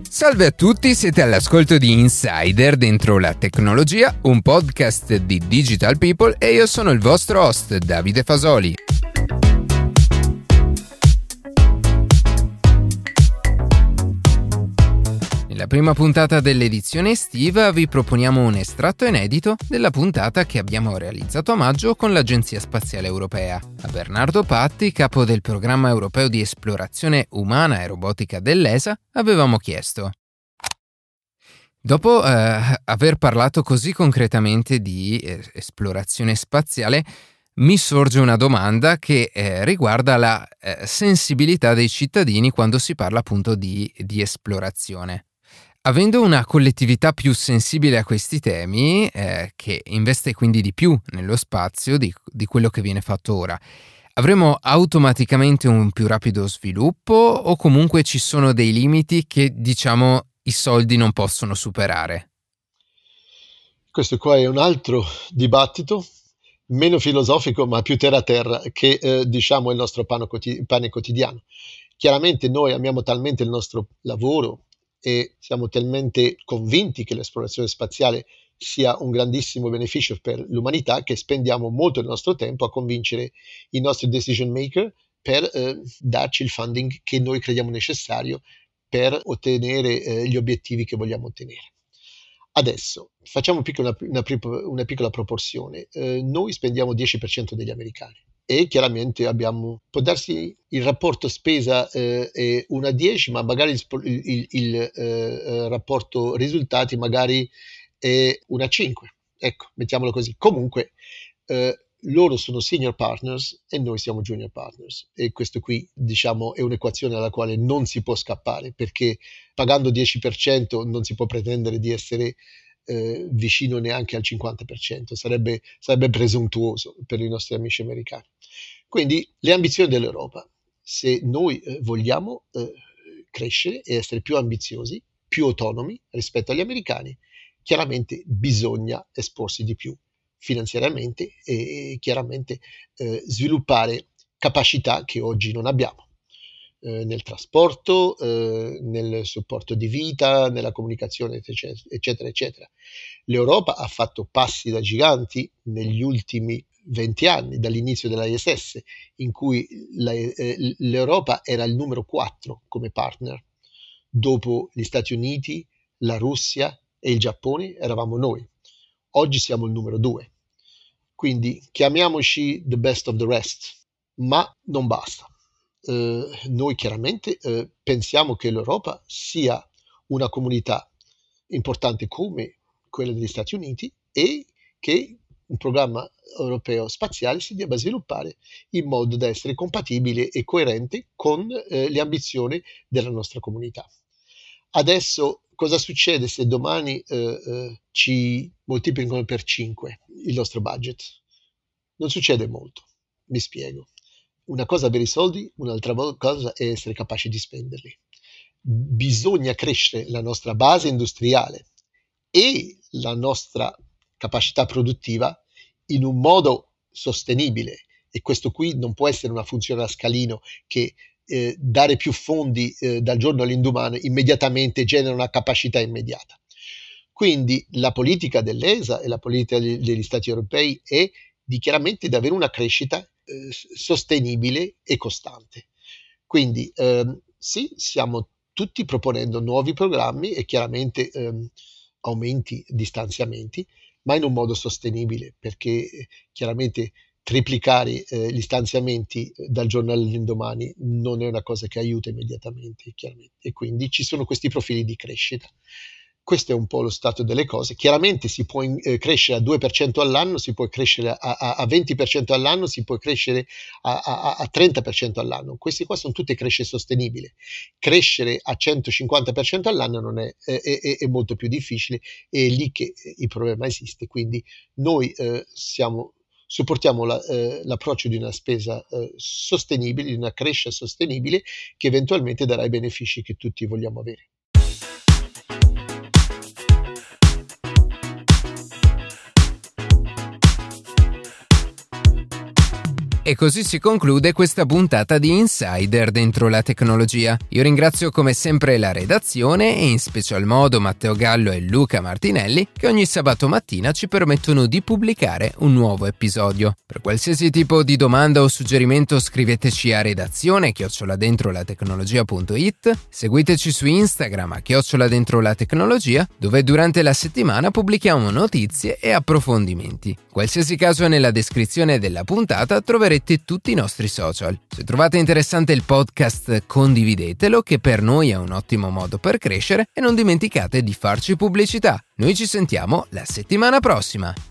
Salve a tutti, siete all'ascolto di Insider dentro la tecnologia, un podcast di Digital People e io sono il vostro host Davide Fasoli. Nella prima puntata dell'edizione estiva vi proponiamo un estratto inedito della puntata che abbiamo realizzato a maggio con l'Agenzia Spaziale Europea. A Bernardo Patti, capo del programma europeo di esplorazione umana e robotica dell'ESA, avevamo chiesto: dopo aver parlato così concretamente di esplorazione spaziale, mi sorge una domanda che riguarda la sensibilità dei cittadini quando si parla appunto di esplorazione. Avendo una collettività più sensibile a questi temi, che investe quindi di più nello spazio di quello che viene fatto ora, avremo automaticamente un più rapido sviluppo o comunque ci sono dei limiti che, diciamo, i soldi non possono superare? Questo qua è un altro dibattito, meno filosofico ma più terra-terra, che diciamo è il nostro pane quotidiano. Chiaramente noi amiamo talmente il nostro lavoro e siamo talmente convinti che l'esplorazione spaziale sia un grandissimo beneficio per l'umanità che spendiamo molto del nostro tempo a convincere i nostri decision maker per darci il funding che noi crediamo necessario per ottenere gli obiettivi che vogliamo ottenere. Adesso facciamo una piccola proporzione. Noi spendiamo 10% degli americani e chiaramente può darsi il rapporto spesa è 1 a 10, ma magari il rapporto risultati magari è 1 a 5. Ecco, mettiamolo così. Comunque loro sono senior partners e noi siamo junior partners, e questo qui diciamo è un'equazione alla quale non si può scappare, perché pagando 10% non si può pretendere di essere vicino neanche al 50%, sarebbe presuntuoso per i nostri amici americani. Quindi le ambizioni dell'Europa: se noi vogliamo crescere e essere più ambiziosi, più autonomi rispetto agli americani, chiaramente bisogna esporsi di più finanziariamente e chiaramente sviluppare capacità che oggi non abbiamo nel trasporto, nel supporto di vita, nella comunicazione, eccetera, eccetera. L'Europa ha fatto passi da giganti negli ultimi 20 anni, dall'inizio dell'ISS, in cui l'Europa era il numero 4 come partner. Dopo gli Stati Uniti, la Russia e il Giappone eravamo noi. Oggi siamo il numero 2. Quindi chiamiamoci the best of the rest, ma non basta. Noi chiaramente pensiamo che l'Europa sia una comunità importante come quella degli Stati Uniti e che un programma europeo spaziale si debba sviluppare in modo da essere compatibile e coerente con le ambizioni della nostra comunità. Adesso cosa succede se domani ci moltiplicano per 5 il nostro budget? Non succede molto, mi spiego. Una cosa è avere i soldi, un'altra cosa è essere capaci di spenderli. Bisogna crescere la nostra base industriale e la nostra capacità produttiva in un modo sostenibile, e questo qui non può essere una funzione a scalino che dare più fondi dal giorno all'indomani immediatamente genera una capacità immediata. Quindi la politica dell'ESA e la politica degli Stati europei è chiaramente di avere una crescita sostenibile e costante. Quindi sì, stiamo tutti proponendo nuovi programmi e chiaramente aumenti di stanziamenti, ma in un modo sostenibile, perché chiaramente triplicare gli stanziamenti dal giorno all'indomani non è una cosa che aiuta immediatamente, chiaramente, e quindi ci sono questi profili di crescita. Questo è un po' lo stato delle cose. Chiaramente si può crescere a 2% all'anno, si può crescere a 20% all'anno, si può crescere a 30% all'anno. Queste qua sono tutte crescite sostenibili. Crescere a 150% all'anno non è molto più difficile, è lì che il problema esiste. Quindi noi supportiamo l'approccio di una spesa sostenibile, di una crescita sostenibile che eventualmente darà i benefici che tutti vogliamo avere. E così si conclude questa puntata di Insider dentro la tecnologia. Io ringrazio come sempre la redazione e in special modo Matteo Gallo e Luca Martinelli che ogni sabato mattina ci permettono di pubblicare un nuovo episodio. Per qualsiasi tipo di domanda o suggerimento scriveteci a redazione@dentrolatecnologia.it, seguiteci su Instagram @dentrolatecnologia, dove durante la settimana pubblichiamo notizie e approfondimenti. Qualsiasi caso, nella descrizione della puntata troverete tutti i nostri social. Se trovate interessante il podcast, condividetelo, che per noi è un ottimo modo per crescere, e non dimenticate di farci pubblicità. Noi ci sentiamo la settimana prossima.